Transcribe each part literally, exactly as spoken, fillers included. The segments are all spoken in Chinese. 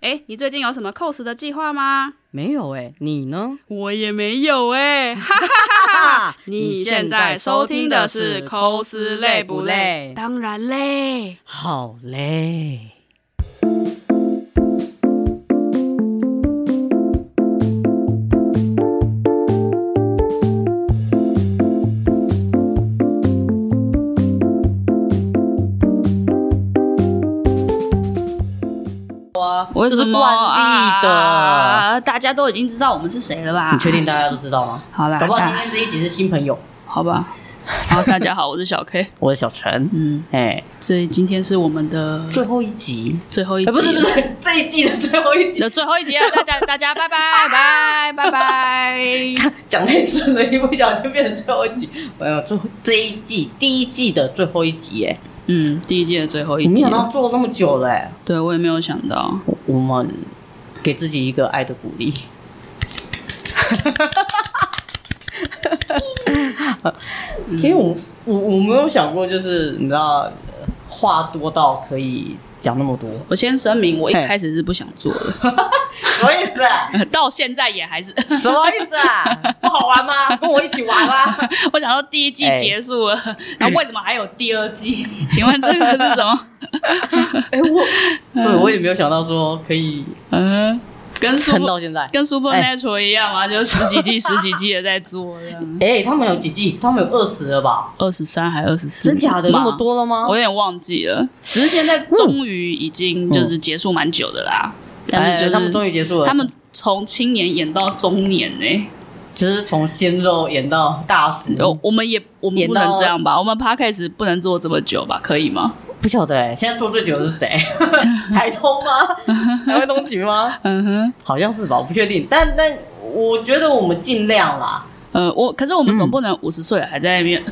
哎，你最近有什么 cos 的计划吗？ 没有哎、欸，你呢？ 我也没有哎、欸，哈哈哈哈！你现在收听的是 cos 累不累？当然累， 好累。 为什么啊？的啊大家都已经知道我们是谁了吧？ 你确定大家都知道吗？ 好啦， 搞不好今天这一集是新朋友， 好吧。好，大家好，我是小 K， 我是小陈。嗯，哎， 所以今天是我们的最后一集， 最后一集， 欸、不是不是这一季的最后一集的最后一集了，大家大家拜拜拜拜拜。 讲太顺了，一不小心变成最后一集。没有，最后这一季第一季的最后一集，哎。 嗯，第一季的最后一集， 你没想到做那么久了、欸， 对我也没有想到。 我, 我们给自己一个爱的鼓励。因为我我我没有想过，就是你知道，话多到可以讲那么多。 我先声明，我一开始是不想做的。 什么意思、啊？ 到现在也还是。 什么意思啊？不好玩吗？跟我一起玩吗？ 我想说第一季结束了，欸、然后为什么还有第二季？请问这个是什么？ 哎、欸，我对我也没有想到说可以，嗯， 跟撑到现在， 跟 Supernatural 一样嘛，欸、就十几季、十几季的在做这样。 哎、欸，他们有几季？他们有二十了吧？ 二十三还二十四？ 真假的那么多了吗？ 我有点忘记了，只是现在终于已经就是结束蛮久的啦。嗯但是就是、欸、 他们终于结束了。 他们从青年演到中年呢、欸， 就是从鲜肉演到大叔。 我们也我们不能这样吧？我们 podcast 不能做这么久吧？可以吗？ 不晓得哎、欸，现在做最久的是谁？台通吗？台湾东极吗？嗯哼，好像是吧，我不确定。但但我觉得我们尽量啦。 呃，我可是我们总不能五十岁还在那边。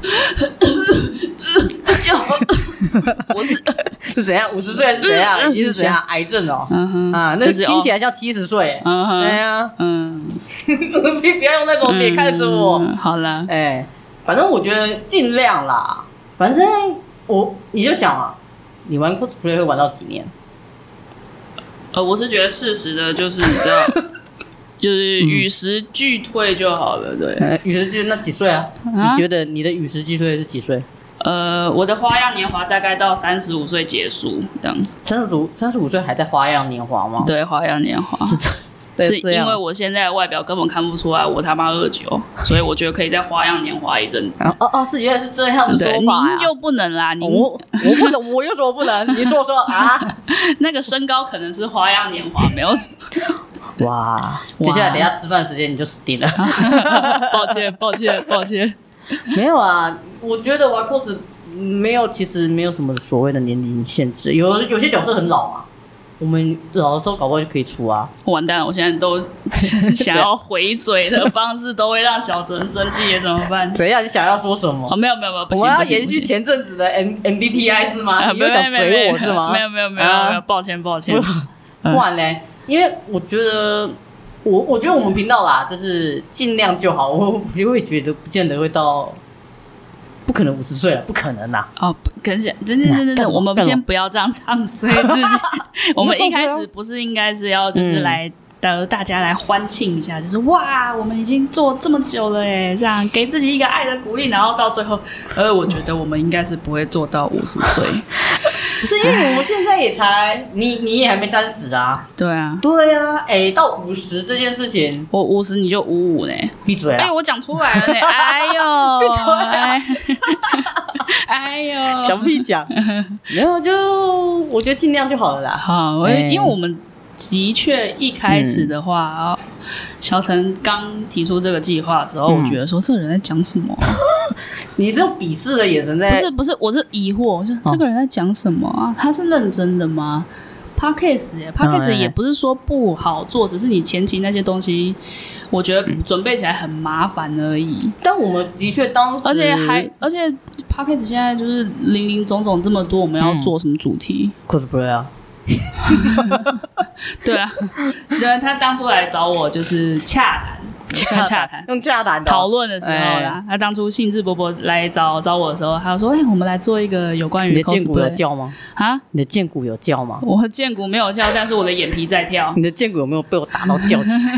就我是是怎样？五十岁是怎样？已经是怎样？癌症哦、嗯，啊，那听起来像七十岁。嗯，对啊，嗯，不要用那种脸看着我。 嗯、好了， 哎、欸，反正我觉得尽量啦。反正我你就想啊，你玩 cosplay 会玩到几年？ 呃，我是觉得适时的，就是你知道。就是与时俱退就好了，对。 呃、与时俱退那几岁啊？啊你觉得你的与时俱退是几岁？ 呃，我的花样年华大概到三十五岁结束，这样。 三十五三十五岁还在花样年华吗？ 对，花样年华是是因为我现在的外表根本看不出来我他妈二九，所以我觉得可以在花样年华一阵子。 哦哦，是原来是这样的说法、啊。 您就不能啦，您、 哦、我我不能，我又说我不能，你说说啊。 那个身高可能是花样年华，没有。 哇！接下来等一下吃饭时间你就死定了。 抱歉，抱歉，抱歉。 没有啊，我觉得玩 cos 没有，其实没有什么所谓的年龄限制。有有些角色很老嘛，我们老的时候搞不好就可以出啊。 完蛋了，我现在都想要回嘴的方式都会让小陈生气，怎么办？ 怎样？你想要说什么？ 哦、没有没有没有， 我们要延续前阵子的 M M B T I 是吗？啊、你又想随我是吗？ 没有没有没有没有，没有抱歉抱歉。 不然嘞。因为我觉得，我我觉得我们频道啦，就是尽量就好。我不会觉得，不见得会到，不可能五十岁了，不可能啦。 哦，不，可是，真真真真，我们先不要这样唱衰自己。我们一开始不是应该是要就是来得大家来欢庆一下，就是哇，我们已经做这么久了哎，这样给自己一个爱的鼓励，然后到最后，呃，我觉得我们应该是不会做到五十岁。 不是因为我们现在也才你你也还没三十啊， 对啊， 对啊，哎、欸，到五十这件事情， 我五十你就五五呢， 闭嘴啊！ 哎、欸，我讲出来了呢，哎呦，闭嘴、啊！哎呦， 讲屁讲，没有就我觉得尽量就好了啦。 好，欸、因为我们的确一开始的话，嗯、小陈刚提出这个计划的时候，嗯、我觉得说这个人在讲什么、啊。 你是用鄙视的眼神在？ 不是不是，我是疑惑，就、哦、这个人在讲什么啊？他是认真的吗 ？Podcast 耶 ，Podcast 也不是说不好做，只是你前期那些东西，我觉得准备起来很麻烦而已。 但我们的确当时， 而且还而且 Podcast 现在就是林林总总这么多，我们要做什么主题、 嗯、？cosplay 啊。 对啊，对啊，他当初来找我就是洽谈。 洽洽谈， 用洽谈讨论的时候啦。他当初兴致勃勃来找找我的时候，他就说：“哎、欸，我们来做一个有关于 cosplay。”你的剑骨有叫吗？啊？你的剑骨有叫吗？ 我的剑骨没有叫，但是我的眼皮在跳。 你的剑骨有没有被我打到叫起来？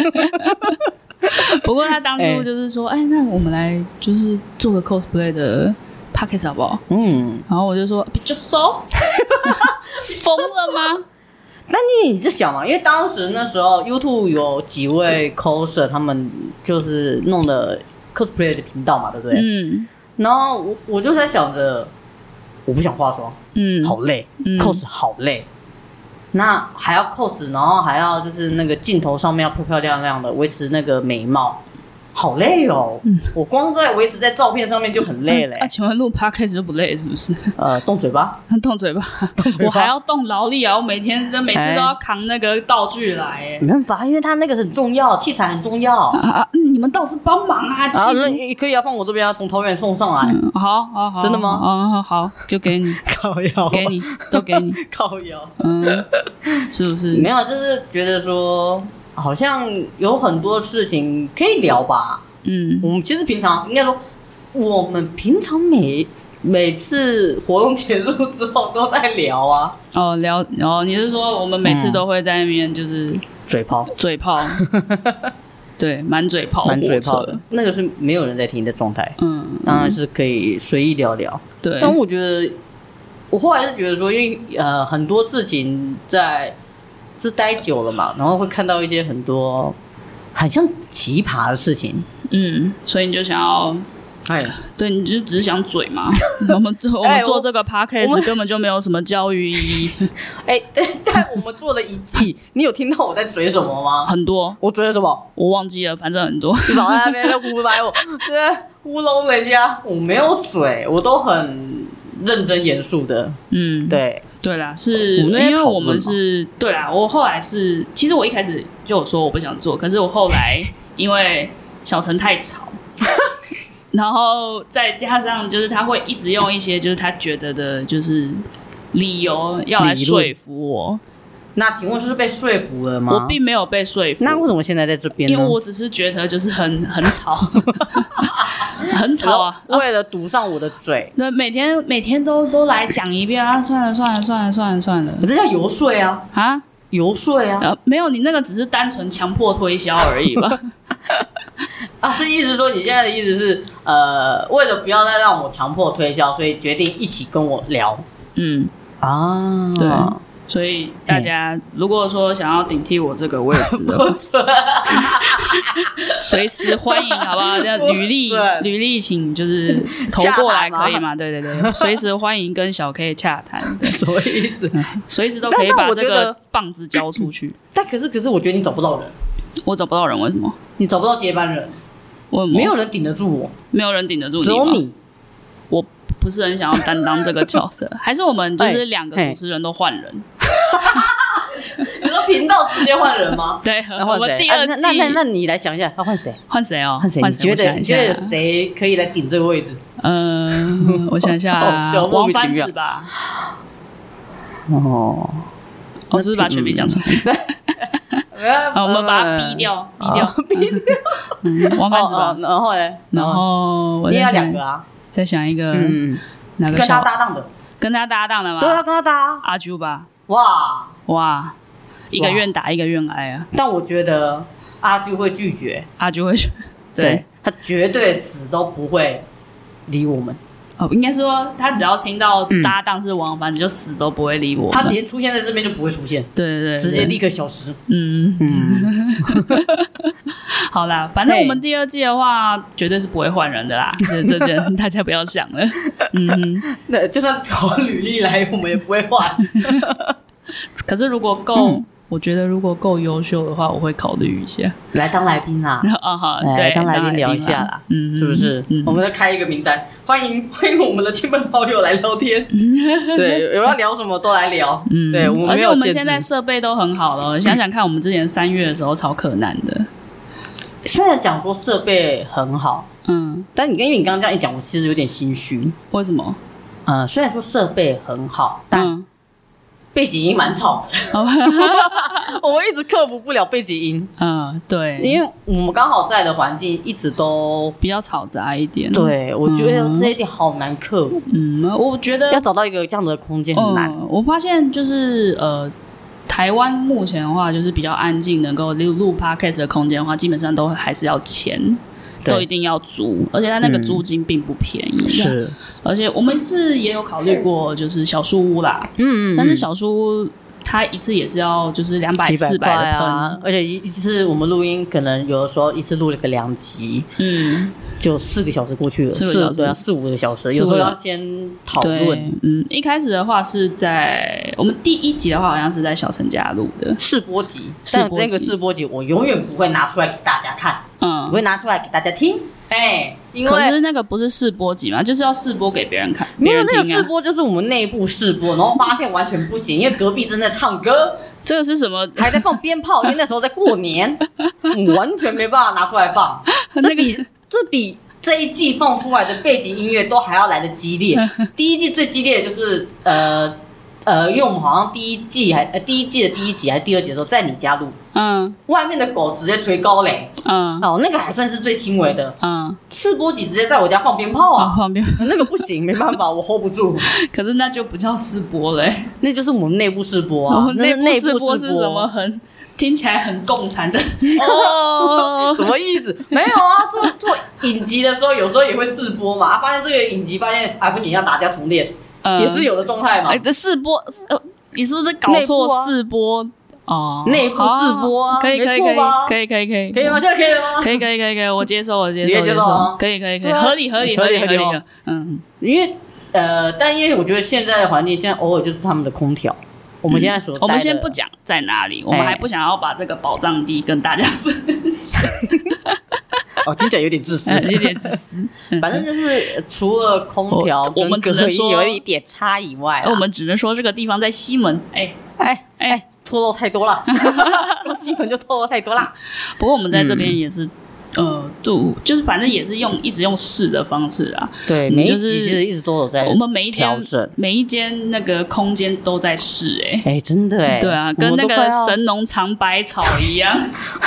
不过他当初就是说：“哎、欸，那我们来就是做个 cosplay 的 podcast 好不好？”嗯，然后我就说：“就说疯了吗？” 但你你就想嘛，因为当时那时候 YouTube 有几位 coser， 他们就是弄的 cosplay 的频道嘛，对不对？嗯。然后我我就在想着，我不想化妆，嗯，好累、嗯、，cos 好累，那还要 cos， 然后还要就是那个镜头上面要漂漂亮亮的维持那个美貌。好累哦、嗯！我光在维持在照片上面就很累嘞、欸。 啊，请问录 podcast 就不累是不是？ 呃，动嘴巴， 动嘴巴，动嘴巴，我还要动劳力啊！我每天每次都要扛那个道具来、欸， 没办法，因为他那个很重要，器材很重要啊！你们倒是帮忙啊！ 啊，那可以啊，放我这边啊，从桃园送上来。 嗯、好好好， 真的吗？ 啊，好，就给你， 靠腰， 给你，都给你， 靠腰， 嗯，是不是？ 没有，就是觉得说，好像有很多事情可以聊吧。嗯，我们其实平常应该说，我们平常每每次活动结束之后都在聊啊。 哦，聊，然后、哦、你是说我们每次都会在那边就是嘴炮， 嘴炮，对，满嘴炮， 满嘴炮的，那个是没有人在听的状态。嗯，当然是可以随意聊聊。对，但我觉得，我后来是觉得说，因为呃很多事情在是待久了嘛，然后会看到一些很多很像奇葩的事情。嗯， 所以你就想要，哎，对，你就只是想嘴嘛。我们做我们做这个 podcast 根本就没有什么教育意义。 哎，但我们做了一季，你有听到我在嘴什么吗？ 很多。 我嘴了什么？ 我忘记了，反正很多。 你少在那边在胡来我，对，糊弄人家。我没有嘴，我都很认真严肃的。嗯，对。 对啦，是因为我们是对啦。我后来是，其实我一开始就有说我不想做，可是我后来因为小陈太吵，然后再加上就是他会一直用一些就是他觉得的就是理由要来说服我。 那请问是被说服了吗？ 我并没有被说服。 那为什么现在在这边呢？ 因为我只是觉得就是很很吵，很吵啊！ 为了堵上我的嘴， 对，每天每天都都来讲一遍啊！算了算了算了算了算了， 这叫游说啊！啊，游说啊、呃！ 没有，你那个只是单纯强迫推销而已吧？ 啊，所以意思说你现在的意思是，呃，为了不要再让我强迫推销，所以决定一起跟我聊。嗯啊，对。所以大家如果说想要顶替我这个位置的话，随时欢迎，好不好？这履历履历请就是投过来可以吗？对对对，随时欢迎跟小 K 洽谈。 什么意思？ 随时都可以把这个棒子交出去。 但可是可是，我觉得你找不到人。 我找不到人，为什么？ 你找不到接班人。我没有人顶得住我， 没有人顶得住你， 只有你。 我不是很想要担当这个角色，还是我们就是两个主持人都换人？ 你说频道直接换人吗？ 对，我们第二季、啊、 那那那你来想一下，要换谁？ 换谁哦？ 换谁？你觉得你觉得谁可以来顶这个位置？ 嗯、呃，我想一下、啊，王帆子吧。哦，我是不是把全名讲出来？对。好，我们把它逼掉，逼掉，逼掉。嗯，王帆子吧。 然后呢？ 然后我再想两个啊， 再想一个，嗯，哪个跟他搭档的？ 跟他搭档的吗？ 对啊，跟他搭阿啾吧。 哇哇，一个愿打一个愿挨啊！ 但我觉得阿啾会拒绝， 阿啾会拒绝，对, 对他绝对死都不会理我们。 哦，应该说他只要听到搭档是王帆，你、嗯、就死都不会理我们。 他连出现在这边就不会出现， 对对 对, 对， 直接立刻消失。 嗯嗯，好啦，反正我们第二季的话，绝对是不会换人的啦，这这这大家不要想了。嗯， 对，就算投履历来，我们也不会换。 可是如果够。嗯，我觉得如果够优秀的话，我会考虑一下来当来宾啦。 啊哈， 对，当来宾聊一下啦，嗯，是不是？嗯，我们再开一个名单，欢迎欢迎我们的亲朋好友来聊天。对，有要聊什么都来聊。嗯，对，我们而且我们现在设备都很好了，想想看，我们之前三月的时候超可难的。 虽然讲说设备很好，嗯，但你因为你刚刚这样一讲，我其实有点心虚。 为什么？ 呃，虽然说设备很好，但、嗯背景音蛮吵的， 我们一直克服不了背景音。 嗯，对， 因为我们刚好在的环境一直都比较嘈杂一点。 对，我觉得这一点好难克服。 嗯，我觉得要找到一个这样的空间很难。 嗯、我发现就是呃。台湾目前的话，就是比较安静，能够录录 podcast 的空间的话，基本上都还是要钱，都一定要租，而且它那个租金并不便宜。嗯、 是， 而且我们是也有考虑过，就是小书屋啦，嗯，但是小书屋它一次也是要就是两百四百的啊，而且一次我们录音可能有的时候一次录了个两集，嗯，就四个小时过去了，四个对啊，四五个小时，有时候要先讨论。 嗯，一开始的话是在我们第一集的话，好像是在小陈家录的试播集，但那个试播集我永远不会拿出来给大家看，嗯，不会拿出来给大家听。哎，因为可是那个不是试播集嘛，就是要试播给别人看， 没有那个试播就是我们内部试播，然后发现完全不行，因为隔壁正在唱歌， 这个是什么？ 还在放鞭炮，因为那时候在过年，完全没办法拿出来放。这比这比这一季放出来的背景音乐都还要来得激烈。第一季最激烈的就是呃。呃，因为我们好像第一季还呃第一季的第一集还是第二集的时候，在你家录，嗯，外面的狗直接吹高雷，嗯，哦，那个还算是最轻微的，嗯，试播集直接在我家放鞭炮啊， 哦、放鞭炮， 那个不行，没办法，我 hold 不住。 可是那就不叫试播了、欸， 那就是我们内部试播啊。 我们内部试播是什么很？听起来很共产的哦，什么意思？没有啊，做做影集的时候，有时候也会试播嘛，啊、发现这个影集发现啊不行，要打掉重练。也是有的状态嘛。 哎、欸，试播，呃，你是不是搞错试播？哦， 内部试播啊， 可以可以可以可以可以可以可以吗？现在可以了吗？ 可以可以可以可以，我接受我接受接受， 可以可以可以，合理合理合理合理的， 嗯，因为呃，但因为我觉得现在的环境，现在偶尔就是他们的空调。我们现在所待的、 嗯、我们先不讲在哪里，我们还不想要把这个宝藏地跟大家分享。 哦，听起来有点自私， 有点自私。 反正就是除了空调跟隔音有一点差以外， 我们只能说这个地方在西门。哎哎哎，透露太多了，西门就透露太多了。 不过我们在这边也是。嗯呃，度就是反正也是用一直用试的方式啊， 对，每一集其实一直都有在我们每一间每一间那个空间都在试、欸，哎哎，真的哎、欸， 对啊，跟那个神农尝百草一样。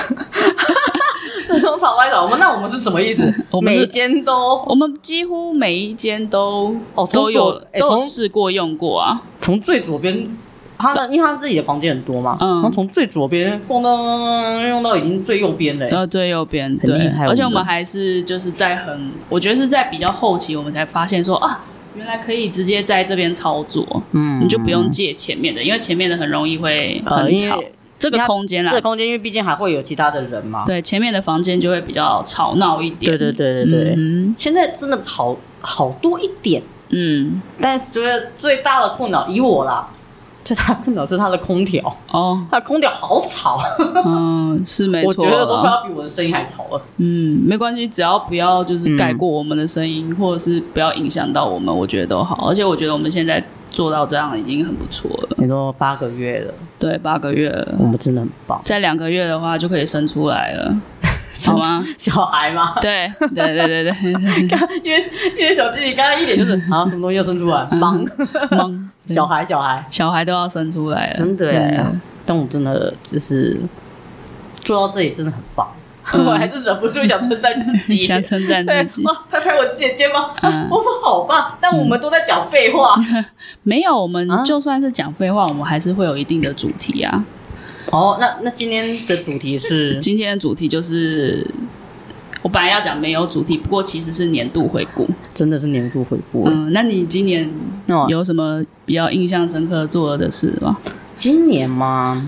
神农尝百草，我们那我们是什么意思？我们每间都， 我们几乎每一间都哦都有都有试过用过啊， 从最左边。他的，因为他自己的房间很多嘛，嗯，然后从最左边逛到用到已经最右边了， 呃，最右边， 很厉害。 而且我们还是就是在很，我觉得是在比较后期，我们才发现说啊，原来可以直接在这边操作，嗯，你就不用借前面的，因为前面的很容易会很吵。呃、这个空间啦， 这个空间因为毕竟还会有其他的人嘛， 对，前面的房间就会比较吵闹一点。 对对对对对，嗯、现在真的好好多一点，嗯，但是觉得最大的困扰以我啦。最大的困扰是它的空调哦，它的空调好吵， 嗯，是没错， 我觉得都快要比我的声音还吵了。 嗯，没关系，只要不要就是盖过我们的声音，嗯、或者是不要影响到我们，我觉得都好。而且我觉得我们现在做到这样已经很不错了。 你说八个月了， 对，八个月了， 我们真的很棒。 在两个月的话就可以生出来了。好吗？ 小孩吗？ 对对对对对， 因为因为小弟弟刚刚一点就是啊，什么东西要生出来？忙忙，小孩小孩小孩都要生出来了， 真的耶！但我真的就是做到这里真的很棒，嗯、我还是忍不住想称赞自己， 想称赞自己， 哇，拍拍我自己的肩膀，嗯、我们好棒！但我们都在讲废话， 嗯、没有，我们就算是讲废话，我们还是会有一定的主题啊。 哦，那那今天的主题是？ 今天的主题就是我本来要讲没有主题，不过其实是年度回顾， 真的是年度回顾。 嗯，那你今年有什么比较印象深刻做的事吗？ 今年吗？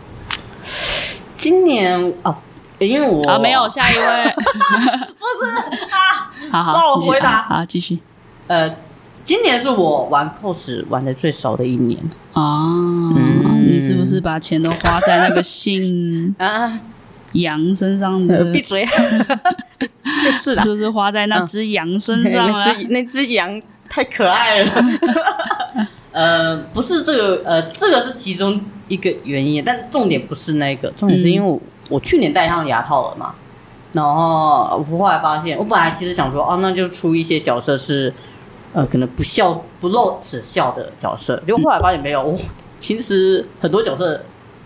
今年哦，因为我啊没有下一位， 不是啊， 好好， 让我回答， 好继续。 呃，今年是我玩 cos 玩的最少的一年啊。嗯你是不是把钱都花在那个姓羊身上的？ 闭嘴！就是啦， 是不是花在那只羊身上了？ 嗯、那只羊太可爱了。呃，不是这个，呃，这个是其中一个原因，但重点不是那个，重点是因为我、嗯、我去年戴上牙套了嘛，然后我后来发现，我本来其实想说，哦，那就出一些角色是，呃，可能不笑不露齿笑的角色，结果后来发现没有。哦其实很多角色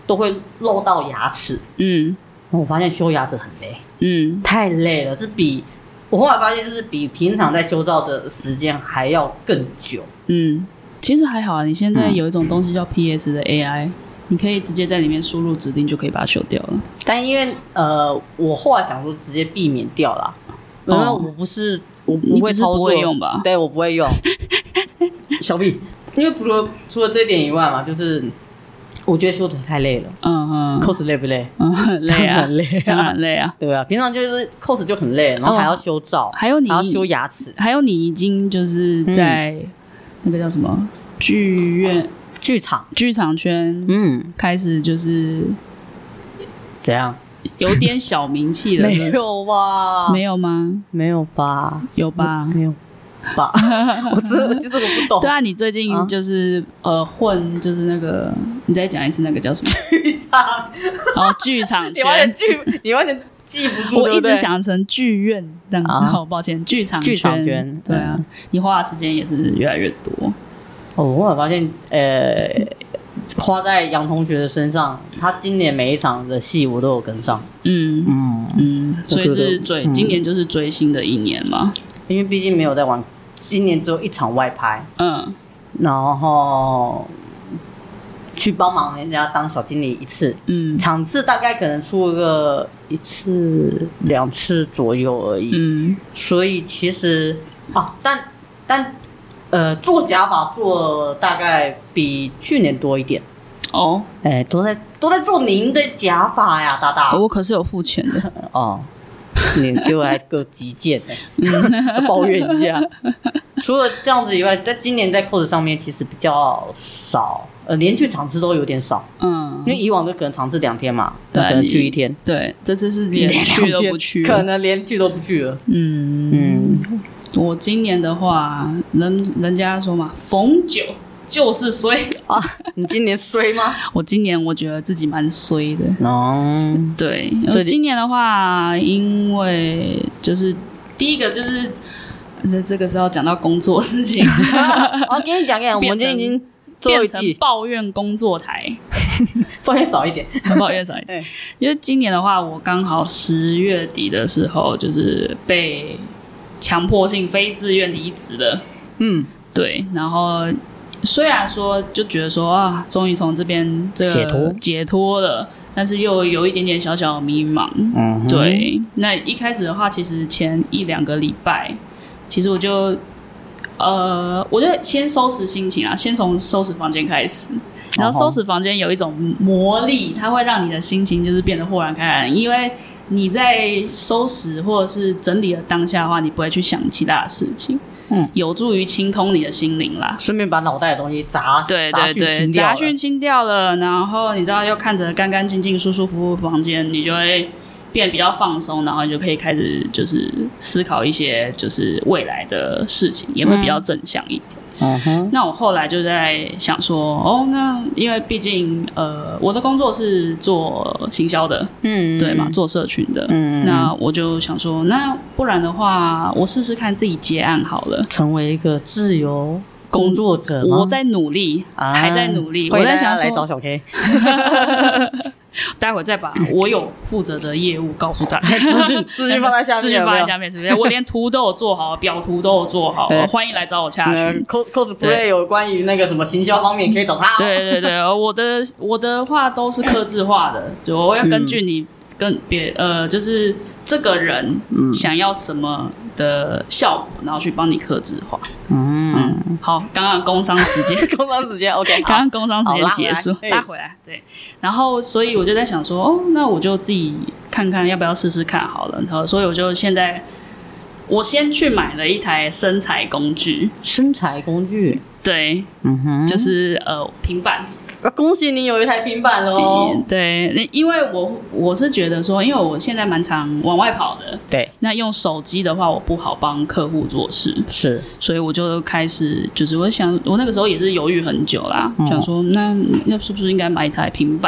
都会露到牙齿。嗯，我发现修牙齿很累，嗯，太累了，这比我后来发现就是比平常在修照的时间还要更久。 嗯，其实还好啊，你现在有一种东西叫 P S 的 A I， 你可以直接在里面输入指令就可以把它修掉了。 但因为呃，我后来想说直接避免掉啦，因为我不是我不会操作， 你只是不会用吧？ 对，我不会用。小屁，因为除了除了这一点以外嘛，就是我觉得修图太累了。嗯嗯 ，cos 累不累？ 嗯，很累啊， 很累啊， 当然累啊。 对啊，平常就是 cos 就很累，然后还要修照，哦、 还有你还要修牙齿， 还有你已经就是在、嗯、那个叫什么剧院、 剧场、 剧场圈，嗯，开始就是怎样？ 有点小名气了。 没有吧？ 没有吗？ 没有吧？ 有吧？ 没有。吧，我真的其实我不懂。 对啊，你最近就是、啊、呃混，就是那个，你再讲一次那个叫什么？ 剧场。 哦，剧场圈。 你完全剧，你完全记不住。 我一直想成剧院，这样。好、啊，抱歉，剧场圈。 剧场圈。 对啊，嗯、你花的时间也是越来越多。 哦，我有发现，呃，花在杨同学的身上，他今年每一场的戏我都有跟上。嗯嗯嗯，所以是追、嗯，今年就是追星的一年嘛。 因为毕竟没有在玩。今年只有一场外拍，嗯，然后去帮忙人家当小经理一次，嗯，场次大概可能出个一次两次左右而已，嗯，所以其实啊，但但呃，做假发做大概比去年多一点，哦，哎，都在都在做您的假发呀，大大， 我可是有付钱的哦。你给我来个极简的、欸，抱怨一下。除了这样子以外，在今年在 cos 上面其实比较少，呃，连续场次都有点少。嗯，因为以往就可能场次两天嘛，可能去一天。 对，这次是连去都不去， 可能连去都不去了。嗯嗯，我今年的话，人人家说嘛，逢九就是衰啊！你今年衰吗？ 我今年我觉得自己蛮衰的。哦，对，今年的话，因为就是第一个就是这这个是要讲到工作事情。 我跟你讲讲，我们今天已经变成抱怨工作台， 抱怨少一点， 抱怨少一点。因为今年的话，我刚好十月底的时候，就是被强迫性非自愿离职了。嗯，对，然后。虽然说就觉得说啊，终于从这边这个解脱解脱了，但是又有一点点小小的迷茫。嗯，对。那一开始的话，其实前一两个礼拜，其实我就呃，我就先收拾心情啊，先从收拾房间开始。然后收拾房间有一种魔力，它会让你的心情就是变得豁然开朗，因为你在收拾或者是整理的当下的话，你不会去想其他的事情。嗯，有助于清空你的心灵啦， 顺便把脑袋的东西杂对对对杂讯清掉了，然后你知道又看着干干净净、舒舒服服的房间，你就会变得比较放松，然后你就可以开始就是思考一些就是未来的事情，也会比较正向一点。嗯哼，那我后来就在想说，哦，那因为毕竟呃，我的工作是做行销的，嗯，对嘛，做社群的，嗯，那我就想说，那不然的话，我试试看自己接案好了， 成为一个自由工作者吗？ 我在努力，啊、还在努力，我在想说， 来找小 K。 待会再把我有负责的业务告诉大家， 资讯资讯放在下面， 资讯放在下面，是不是？我连图都有做好，表图都有做好，欢迎来找我洽询。 cosplay 有关于那个什么行销方面，可以找他、哦。 对对对，我的我的话都是客制化的，对，我要根据你跟别呃，就是这个人想要什么的效果，然后去帮你客制化。嗯嗯，好，刚刚工商时间， 工商时间 OK， 刚刚工商时间结束，拉回来，对。然后，所以我就在想说，哦，那我就自己看看要不要试试看好了。然后，所以我就现在，我先去买了一台身材工具， 身材工具， 对，嗯哼，就是呃平板。 恭喜你有一台平板喽！ 对，因为我我是觉得说，因为我现在蛮常往外跑的， 对， 那用手机的话，我不好帮客户做事， 是， 所以我就开始就是，我想我那个时候也是犹豫很久啦，嗯、想说那要是不是应该买一台平板，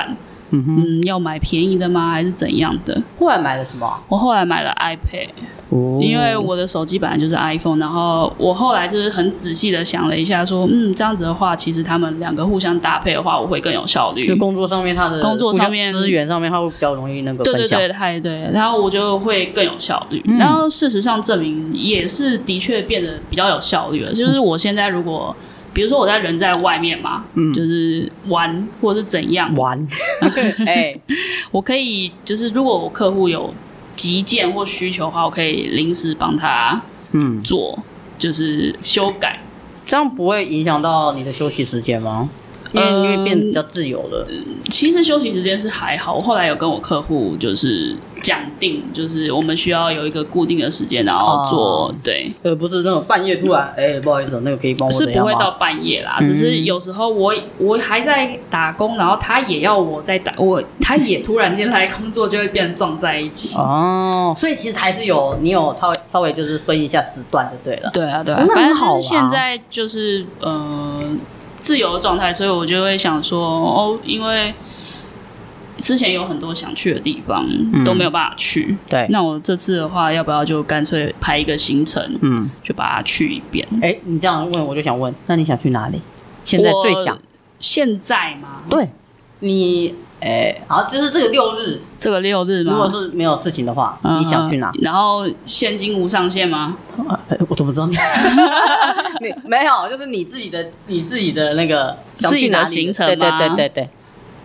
嗯哼，嗯，要买便宜的吗？还是怎样的？ 后来买了什么？ 我后来买了 iPad，、哦、因为我的手机本来就是 iPhone， 然后我后来就是很仔细的想了一下说，嗯，这样子的话，其实他们两个互相搭配的话，我会更有效率。 就工作上面，它的工作上面资源上面，它会比较容易那个分享。 对对对，太对，然后我就会更有效率。嗯、然后事实上证明也是的确变得比较有效率了。就是我现在如果比如说我在人在外面嘛，嗯、就是玩或者是怎样玩，哎， 我可以就是如果我客户有急件或需求的话，我可以临时帮他嗯做，就是修改。 这样不会影响到你的休息时间吗？因为因为变得比较自由了、 嗯。其实休息时间是还好，我后来有跟我客户就是讲定，就是我们需要有一个固定的时间，然后做、哦、对， 而不是那种半夜突然哎、欸，不好意思，那个可以帮我怎样吗？ 是不会到半夜啦，嗯、只是有时候我我还在打工，然后他也要我在打，我他也突然间来工作，就会变成撞在一起。 哦，所以其实还是有你有稍微稍微就是分一下时段就对了。 对啊，对啊， 哦、 反正现在就是呃。自由的状态，所以我就会想说，哦，因为之前有很多想去的地方、嗯、都没有办法去， 对， 那我这次的话，要不要就干脆排一个行程，嗯，就把它去一遍？ 哎、欸，你这样问，我就想问，那你想去哪里？现在最想？ 现在吗？ 对，你，哎、欸，好，就是这个六日， 这个六日吗？ 如果是没有事情的话，嗯、你想去哪？ 然后现金无上限吗？ 欸、我怎么知道你？你没有，就是你自己的，你自己的那个想去哪里自己的行程吗？对对对对对。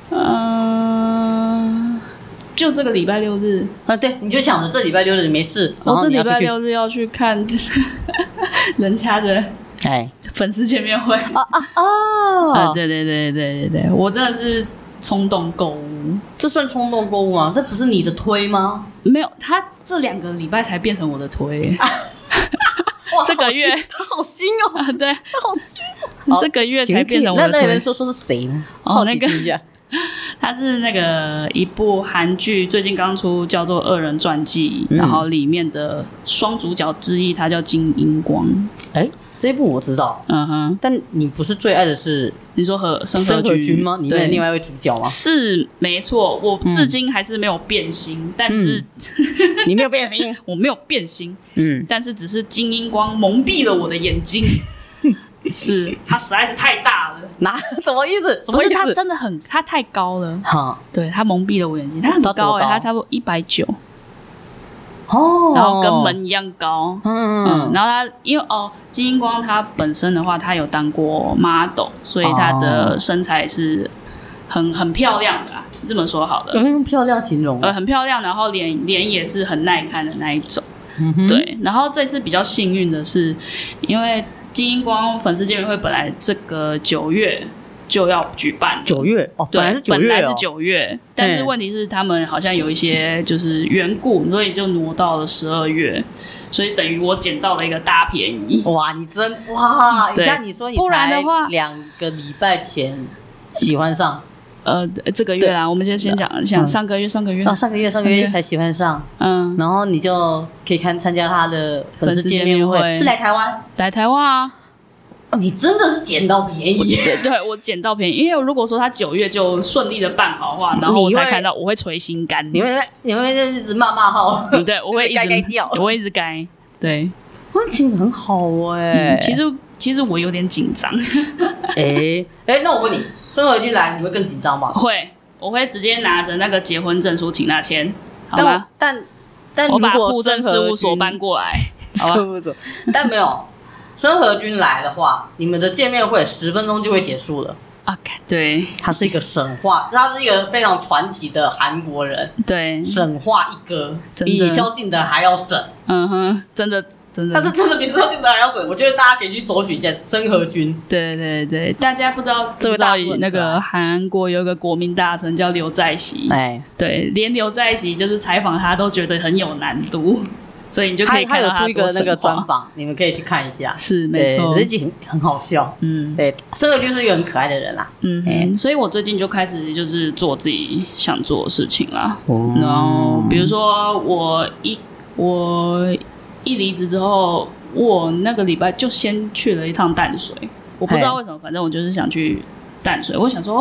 嗯、呃，就这个礼拜六日啊，对，你就想着这礼拜六日没事， 我这礼拜六日要去看人家的哎粉丝见面会啊啊哦、啊！对对对对对对，我真的是冲动购物， 这算冲动购物吗？这不是你的推吗？ 没有，他这两个礼拜才变成我的推。啊哇， 这个月他好新哦， 啊、对， 他好新哦，这个月才变成我的推。 那那人说说是谁呢？ 哦，那个他是那个一部韩剧，最近刚出，叫做《恶人传记》，嗯，然后里面的双主角之一，他叫金英光。 哎，这一部我知道，嗯哼，但你不是最爱的是你说和申河君吗？里面的另外一位主角吗？ 是没错，我至今还是没有变心，嗯、但是、 嗯、你没有变心， 我没有变心，嗯，但是只是金英光蒙蔽了我的眼睛。是他实在是太大了， 哪什么意思？什么意思？ 不是他真的很，他太高了。哈，对他蒙蔽了我眼睛，他很高哎、欸，他差不多一百九，哦，然后跟门一样高。嗯嗯，然后他因为哦，金英光他本身的话，他有当过 model， 所以他的身材是很很漂亮的、啊，这么说好了。 用漂亮形容？ 呃，很漂亮，然后脸脸也是很耐看的那一种。嗯、对，然后这次比较幸运的是，因为金英光粉丝见面会本来这个九月就要举办， 九月哦，本来是九月、哦， 本来是九月，但是问题是他们好像有一些就是缘故，所以就挪到了十二月，所以等于我捡到了一个大便宜。 哇，你真哇！你看你说你才两个礼拜前喜欢上。 呃，这个月啦，我们就先讲讲、嗯、上个月，上个月哦，上个月，上个月才喜欢上，嗯，然后你就可以看参加他的粉丝见面会，是来台湾， 来台湾啊！ 哦，你真的是捡到便宜， 对，对我捡到便宜，因为如果说他九月就顺利的办好的话，然后我才看到，我会捶心肝， 你会你会一直骂骂号， 对，我会一直该该叫，我会一直该，对， 温情很好哎、 嗯，其实其实我有点紧张， 哎哎，那我问你。申河君来，你会更紧张吗？ 会，我会直接拿着那个结婚证书请他签，好吗？ 但但我把户政事务所搬过来， 事务所，但没有申河君来的话，你们的见面会十分钟就会结束了。 啊，对， 他是一个神话，他是一个非常传奇的韩国人， 对， 神话一哥，比萧敬腾还要神。嗯哼， 真的。真的， 他是真的比萧敬腾还要神，我觉得大家可以去搜寻一下申河君。 对对对，大家不知道知不知道那个韩国有一个国民大臣叫刘在熙，哎，对，连刘在熙就是采访他都觉得很有难度，所以你就可以看到 他, 他有出一个那个专访，你们可以去看一下。 是没错， 这集很很好笑。嗯，对，申河君是一个很可爱的人啦。 嗯，哎，所以我最近就开始就是做自己想做的事情啦。哦，然后比如说我一我。一离职之后，我那个礼拜就先去了一趟淡水，我不知道为什么，反正我就是想去淡水。我想说，哦，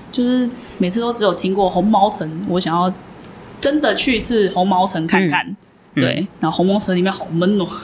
就是每次都只有听过红毛城，我想要真的去一次红毛城看看。嗯对，然后红毛城里面好闷哦。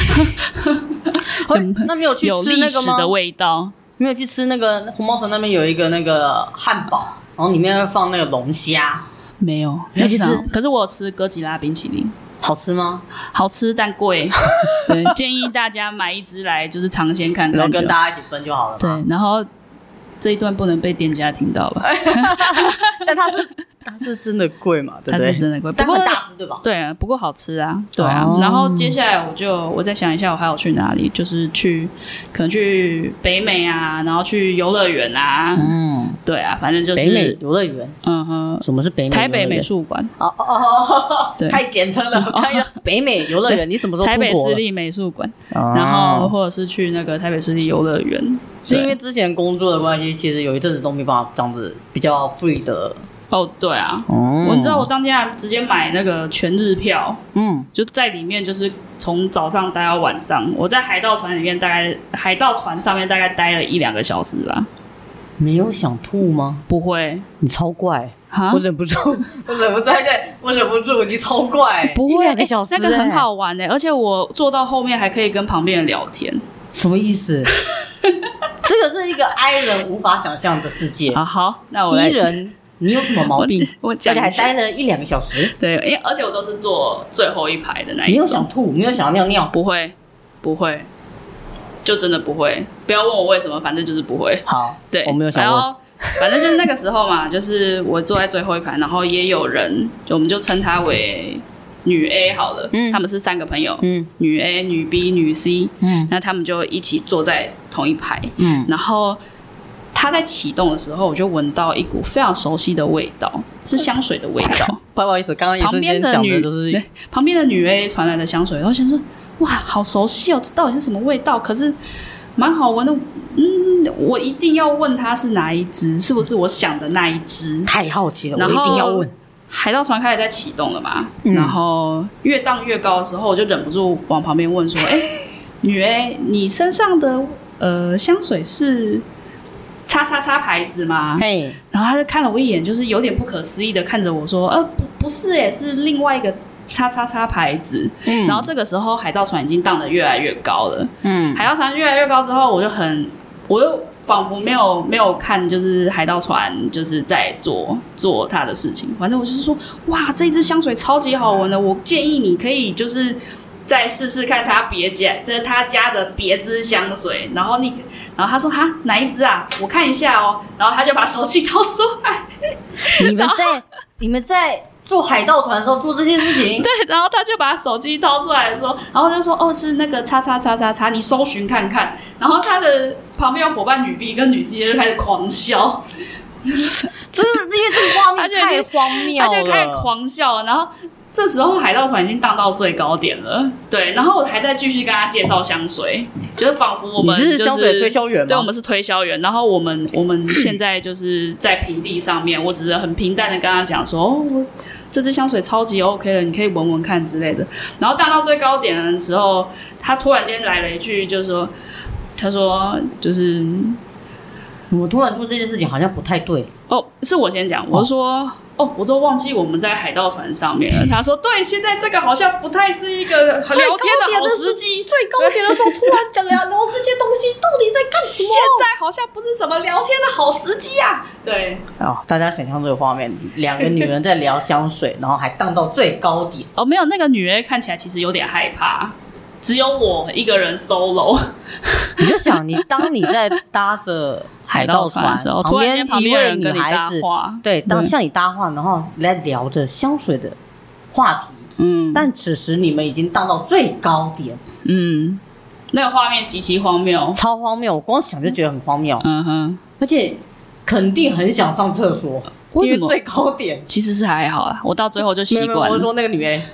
那没有去吃那个吗？有历史的味道。 没有去吃那个红毛城那边有一个那个汉堡，然后里面会放那个龙虾。 没有， 没有去吃。 可是我有吃哥吉拉冰淇淋。 好吃吗？ 好吃但贵。对，建议大家买一只来就是尝鲜看看， 然后跟大家一起分就好了。 对，然后这一段不能被店家听到吧？ 但它是。它是真的贵嘛？对不对？ 它是真的贵， 但很大只对吧？ 对啊，不过好吃啊，对啊。哦、然后接下来我就我再想一下，我还有去哪里？就是去可能去北美啊，然后去游乐园啊。嗯，对啊，反正就是北美游乐园。嗯哼，什么是北美？ 台北美术馆。 哦哦哦，对，太简称了。看北美游乐园，你什么时候出国了？ 台北市立美术馆，哦、然后或者是去那个台北市立游乐园。 是因为之前工作的关系，其实有一阵子都没办法这样子比较 free 的。 哦，对啊，哦、我知道我当天直接买那个全日票，嗯，就在里面就是从早上待到晚上。我在海盗船里面大概海盗船上面大概待了一两个小时吧。 没有想吐吗？ 不会， 你超怪，我忍不住，我忍不住，我忍不住，你超怪， 不会， 一两个小时、欸， 那个很好玩哎、欸，而且我坐到后面还可以跟旁边人聊天， 什么意思？这个是一个 I 人无法想象的世界啊！好，那我来 E 人。你有什么毛病？ 我而且还待了一两个小时。 对，因为而且我都是坐最后一排的那一种。 你有想吐？你有想尿尿？ 不会，不会，就真的不会。不要问我为什么，反正就是不会。 好， 对， 我没有想问。 然后反正就是那个时候嘛，就是我坐在最后一排，然后也有人，就我们就称他为女 A 好了。嗯，他们是三个朋友，嗯，女 A、女 B、女 C， 嗯，那他们就一起坐在同一排，嗯，然后。它在启动的时候，我就闻到一股非常熟悉的味道，是香水的味道。 不好意思，刚刚一瞬间讲的都是旁边的女 A 传来的香水，然后想说，哇，好熟悉哦，这到底是什么味道？可是蛮好闻的，嗯，我一定要问它是哪一支，是不是我想的那一支？ 太好奇了，我一定要问。 海盗船开始在启动了嘛，嗯、然后越荡越高的时候，我就忍不住往旁边问说：“哎、欸，女 A， 你身上的呃香水是？”叉叉叉牌子吗？嘿，然后他就看了我一眼，就是有点不可思议的看着我说：“呃，不，不是，哎，是另外一个叉叉叉牌子。”嗯，然后这个时候海盗船已经荡得越来越高了。嗯，海盗船越来越高之后，我就很，我就仿佛没有没有看，就是海盗船就是在做做他的事情。反正我就是说，哇，这支香水超级好闻的，我建议你可以就是。再试试看他别家，这是他家的别支香水。然后你，然后他说：“哈，哪一支啊？我看一下哦。”然后他就把手机掏出来。 你们在你们在做海盗船的时候做这件事情？ 对，然后他就把手机掏出来说，然后就说：“哦，是那个叉叉叉叉叉，你搜寻看看。”然后他的旁边有伙伴女 B 跟女 C 就开始狂笑。 真是因为这个画面太荒谬了， 他就开始狂笑，然后。这时候海盗船已经荡到最高点了，对，然后我还在继续跟他介绍香水，就是仿佛我们、就是、 你是香水推销员吗？ 对，我们是推销员。然后我们我们现在就是在平地上面，我只是很平淡的跟他讲说，哦，我这支香水超级 OK 的，你可以闻闻看之类的。然后荡到最高点的时候，他突然间来了一句，就是说，他说就是。 我突然做这件事情好像不太对哦，是我先讲，我说。哦，我都忘记我们在海盗船上面了。他说：“对，现在这个好像不太是一个聊天的好时机。 最高点的时候突然讲聊聊这些东西，到底在干什么？ 现在好像不是什么聊天的好时机啊。”对， 哦，大家想象这个画面，两个女人在聊香水，然后还荡到最高点。 哦，没有，那个女人看起来其实有点害怕。只有我一个人 solo， 你就想你当你在搭着海盗船的时候，旁边一位女孩子，对，当向你搭话，然后来聊着香水的话题，嗯，但此时你们已经荡到最高点， 嗯，那个画面极其荒谬， 超荒谬，我光想就觉得很荒谬，嗯哼，而且肯定很想上厕所。 为什么最高点其实是还好啦，我到最后就习惯了。 我说那个女 A，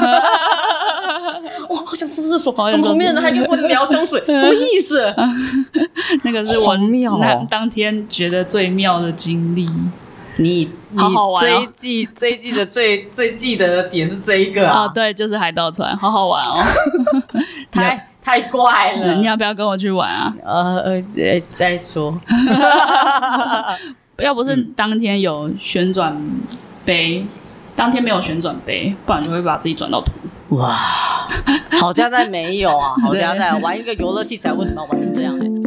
哇，好想上厕所，怎么旁边的人还跟我聊香水，什么意思？ 那个是我那当天觉得最妙的经历。 你好好玩、哦、 这一季这一季的最最记得的点是这一个啊， 哦、对，就是海盗船，好好玩哦， 太太怪了、 嗯。你要不要跟我去玩啊？ 呃呃，再说。 要不是当天有旋转杯、嗯，当天没有旋转杯，不然就会把自己转到吐。 哇，好家在没有啊，好家在玩一个游乐器材，为什么要玩成这样呢？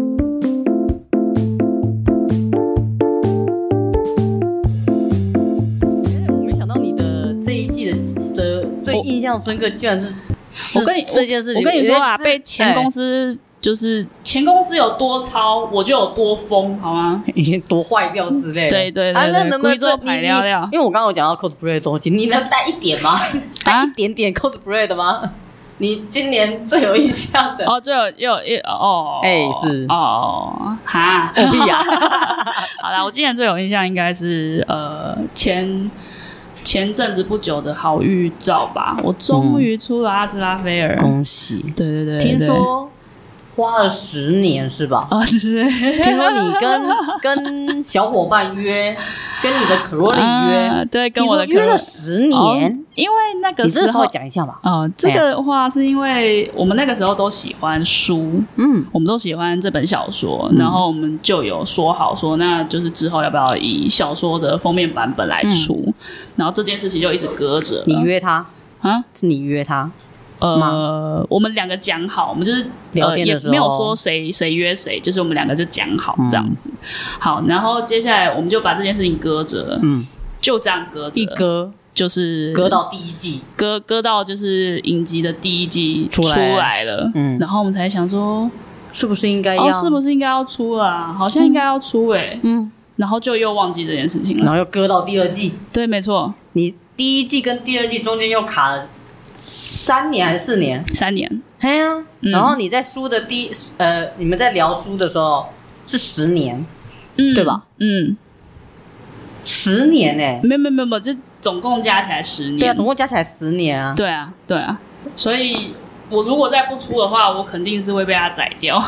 我没想到你的这一季 的, 的最印象深刻，居然是我跟你这件事情。我跟你说啊，被前公司。就是前公司有多糙，我就有多疯，好吗？ 已经多坏掉之类的。 对对对对，啊、 那能不能做排料料？ 因为我刚刚有讲到 cosplay 的东西，你能带一点吗？带一点点 cosplay 的吗？你今年最有印象的哦，最有有有哦， 哎、欸、是哦，哈， 我屁呀！ 好啦，我今年最有印象应该是呃前。前阵子不久的好预兆吧，我终于出了阿兹拉菲尔， 嗯、恭喜！ 对对 对, 对， 听说花了十年是吧？ 啊，对。 听说你跟跟小伙伴约，跟你的可洛里约， 啊、对，跟我的约了十年、哦， 因为那个时候， 你这稍微讲一下嘛。 哦、呃，这个话是因为我们那个时候都喜欢书，嗯，我们都喜欢这本小说，嗯、然后我们就有说好说，那就是之后要不要以小说的封面版本来出，嗯、然后这件事情就一直搁着。 你约他啊？ 是你约他？ 呃，我们两个讲好，我们就是聊天的时候、呃、 也没有说谁谁约谁，就是我们两个就讲好这样子。嗯、好，然后接下来我们就把这件事情搁着了，嗯，就这样搁着， 一搁就是搁到第一季， 搁搁到就是影集的第一季出来, 出来了，嗯，然后我们才想说， 是不是应该要、 哦，是不是应该要出了、啊？好像应该要出哎、欸，嗯，然后就又忘记这件事情了， 然后又搁到第二季， 对，没错， 你第一季跟第二季中间又卡了。三年还是四年？ 三年。 嘿啊、嗯，然后你在书的第呃，你们在聊书的时候是十年，嗯，对吧？嗯，十年哎、欸， 没有没有没有，这总共加起来十年。 对啊，总共加起来十年啊。 对啊，对啊，所以。我如果再不出的话，我肯定是会被他宰掉。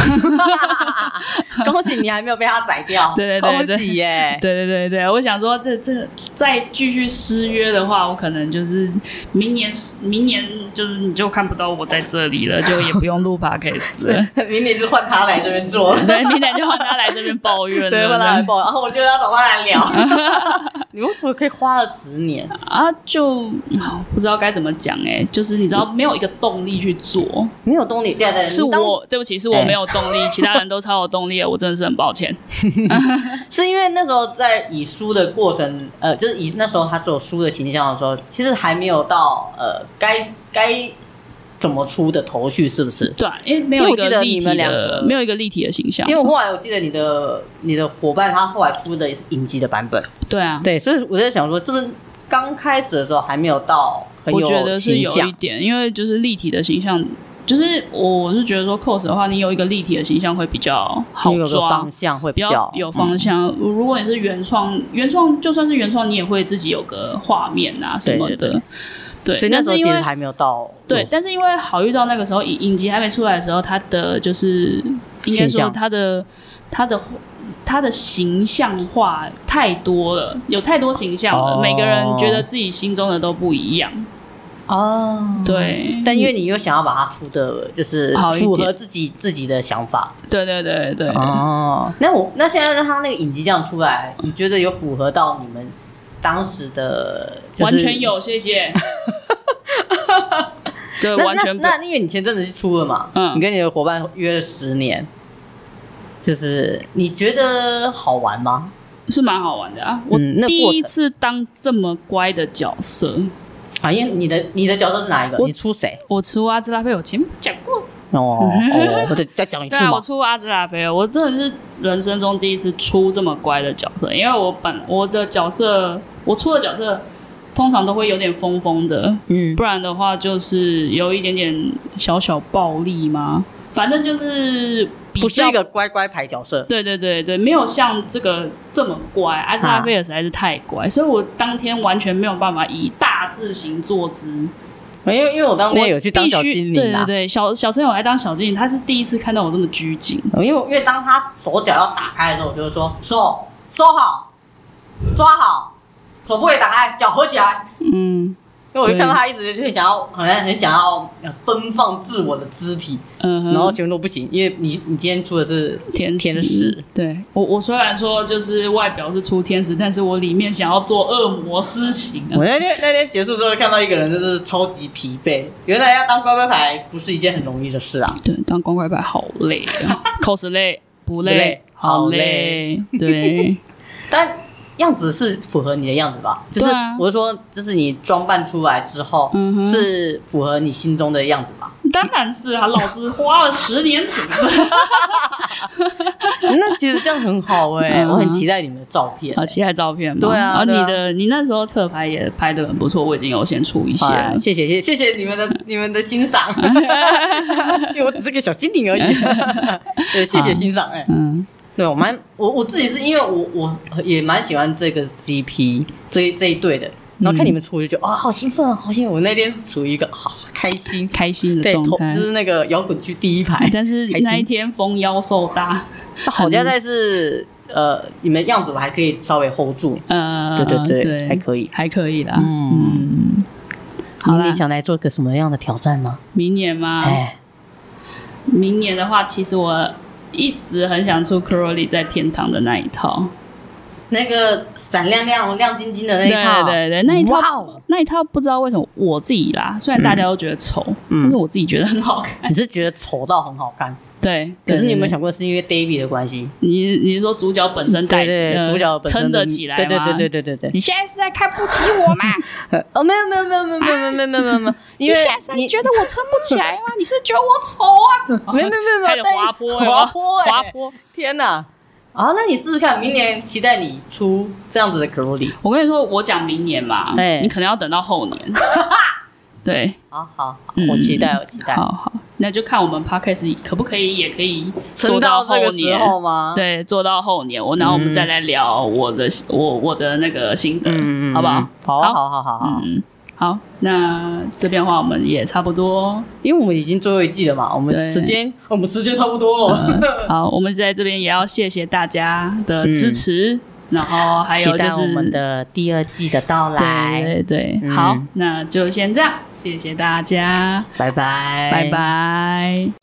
恭喜你还没有被他宰掉， 对对对对， 恭喜耶！ 对对对对，我想说这这再继续失约的话，我可能就是明年明年就是你就看不到我在这里了，就也不用录 podcast 了。 明年就换他来这边做， 对，明年就换他来这边抱怨了， 对，换他来抱怨，然后我就要找他来聊。你为什么可以花了十年啊？就、哦、不知道该怎么讲哎、欸，就是你知道没有一个动力去做， 没有动力，对对， 是我对不起，是我没有动力，欸、其他人都超有动力了，我真的是很抱歉。 是因为那时候在以书的过程，呃，就是以那时候他做书的形象的时候，其实还没有到呃该该怎么出的头绪，是不是？ 对，因为没有一个立体的，没有一个立体的形象。 因为我后来我记得你的你的伙伴他后来出的也是影集的版本， 对啊， 对，所以我在想说，是不是刚开始的时候还没有到很有形象？ 我觉得是有一点，因为就是立体的形象。就是我是觉得说 cos 的话，你有一个立体的形象会比较好抓， 有个方向会比较, 比较有方向、嗯。如果你是原创，原创就算是原创，你也会自己有个画面啊什么的。对, 对, 对, 对， 所以那时候其实还没有到。 对，但是因为好遇到那个时候影影集还没出来的时候，他的就是应该说他的他的他的形象化太多了，有太多形象了，哦、每个人觉得自己心中的都不一样。 哦， 对， 但因为你又想要把它出的，就是符合自己自己的想法， 对对对对。 哦，那我那现在他那个影集这样出来，你觉得有符合到你们当时的？就是、 完全有，谢谢。对，完全不。 那那因为你前阵子是出了嘛，嗯，你跟你的伙伴约了十年，就是你觉得好玩吗？ 是蛮好玩的啊，我第一次当这么乖的角色。 啊，因为你的你的角色是哪一个？你出谁？ 我出阿兹拉菲尔，我前面讲过。 哦哦，我再再讲一次嘛。 对啊，我出阿兹拉菲尔，我真的是人生中第一次出这么乖的角色，因为我本我的角色，我出的角色通常都会有点疯疯的，嗯，不然的话就是有一点点小小暴力嘛，反正就是比较不是一个乖乖牌角色。 对对对对，没有像这个这么乖，阿兹拉菲尔实在是太乖，啊、所以我当天完全没有办法以大字型坐姿。 因为因为我当天有去当小精灵啦， 对对对，小小陈有来当小精灵，他是第一次看到我这么拘谨。 因为因为当他手脚要打开的时候，我就会说手收好，抓好，手不可以打开，脚合起来。嗯， 因为我就看到他一直就很想要，好像很想要奔放自我的肢体，嗯，然后全部都不行，因为你你今天出的是天天使， 对我我虽然说就是外表是出天使，但是我里面想要做恶魔私情、啊。 我那天那天结束之后看到一个人就是超级疲惫，原来要当乖乖牌不是一件很容易的事啊。 对，当乖乖牌好累啊，cos 累不累？不累好累，对， 但。样子是符合你的样子吧？就是、啊、我是说，就是你装扮出来之后、嗯、是符合你心中的样子吧？ 当然是啊，老子花了十年准备。 那其实这样很好哎、欸嗯，我很期待你们的照片、欸。 好期待照片吗？ 对啊， 然后、 啊、 你的你那时候侧拍也拍得很不错，我已经有先出一些了。 谢谢谢谢谢谢你们的你们的欣赏，因为我只是个小精灵而已。对，谢谢欣赏哎、欸。嗯。对，我蛮我我自己是因为我我也蛮喜欢这个 C P 这这一对的，然后看你们出我就觉得啊、嗯哦、好兴奋啊，好兴奋！我那天是处于一个好开心开心的状态， 就是那个摇滚区第一排， 但是那一天风妖兽大， 好在在是呃你们样子我还可以稍微 hold 住，嗯，对对 对, 对，还可以还可以啦， 嗯嗯。好，你想来做个什么样的挑战吗？ 明年吗？哎，明年的话，其实我。一直很想出 Crowley 在天堂的那一套， 那个闪亮亮、亮晶晶的那一套， 对对对，那一套，wow、那一套不知道为什么我自己啦，虽然大家都觉得丑、嗯，但是我自己觉得很好看。 你是觉得丑到很好看？ 对。 可是你有没有想过，是因为 David 的关系？ 你你是说主角本身带对对，主角本身撑得起来吗？ 对对对对对对对。 你现在是在看不起我吗？ 哦，没有没有没有没有没有没有没有没有没有， 因为你现在是在觉得我撑不起来吗？你是觉得我丑啊？ 没有没有没有， 开始滑坡滑坡滑坡！ 天哪！啊，那你试试看，明年期待你出这样子的 Crowley。 我跟你说，我讲明年嘛，你可能要等到后年。对， 好好好，我期待，我期待。 好好，那就看我们 podcast 可不可以，也可以做到后年吗？ 对，做到后年，我然后我们再来聊我的、嗯、我我的那个心得，嗯、好不好？ 好，好，好，好，好， 嗯，好。那这边的话，我们也差不多， 因为我们已经最后一季了嘛，我们时间，我们时间差不多了。 呃、好，我们在这边也要谢谢大家的支持。嗯然后还有就是期待我们的第二季的到来， 对对对，嗯、好，那就先这样，谢谢大家， 拜拜， 拜拜。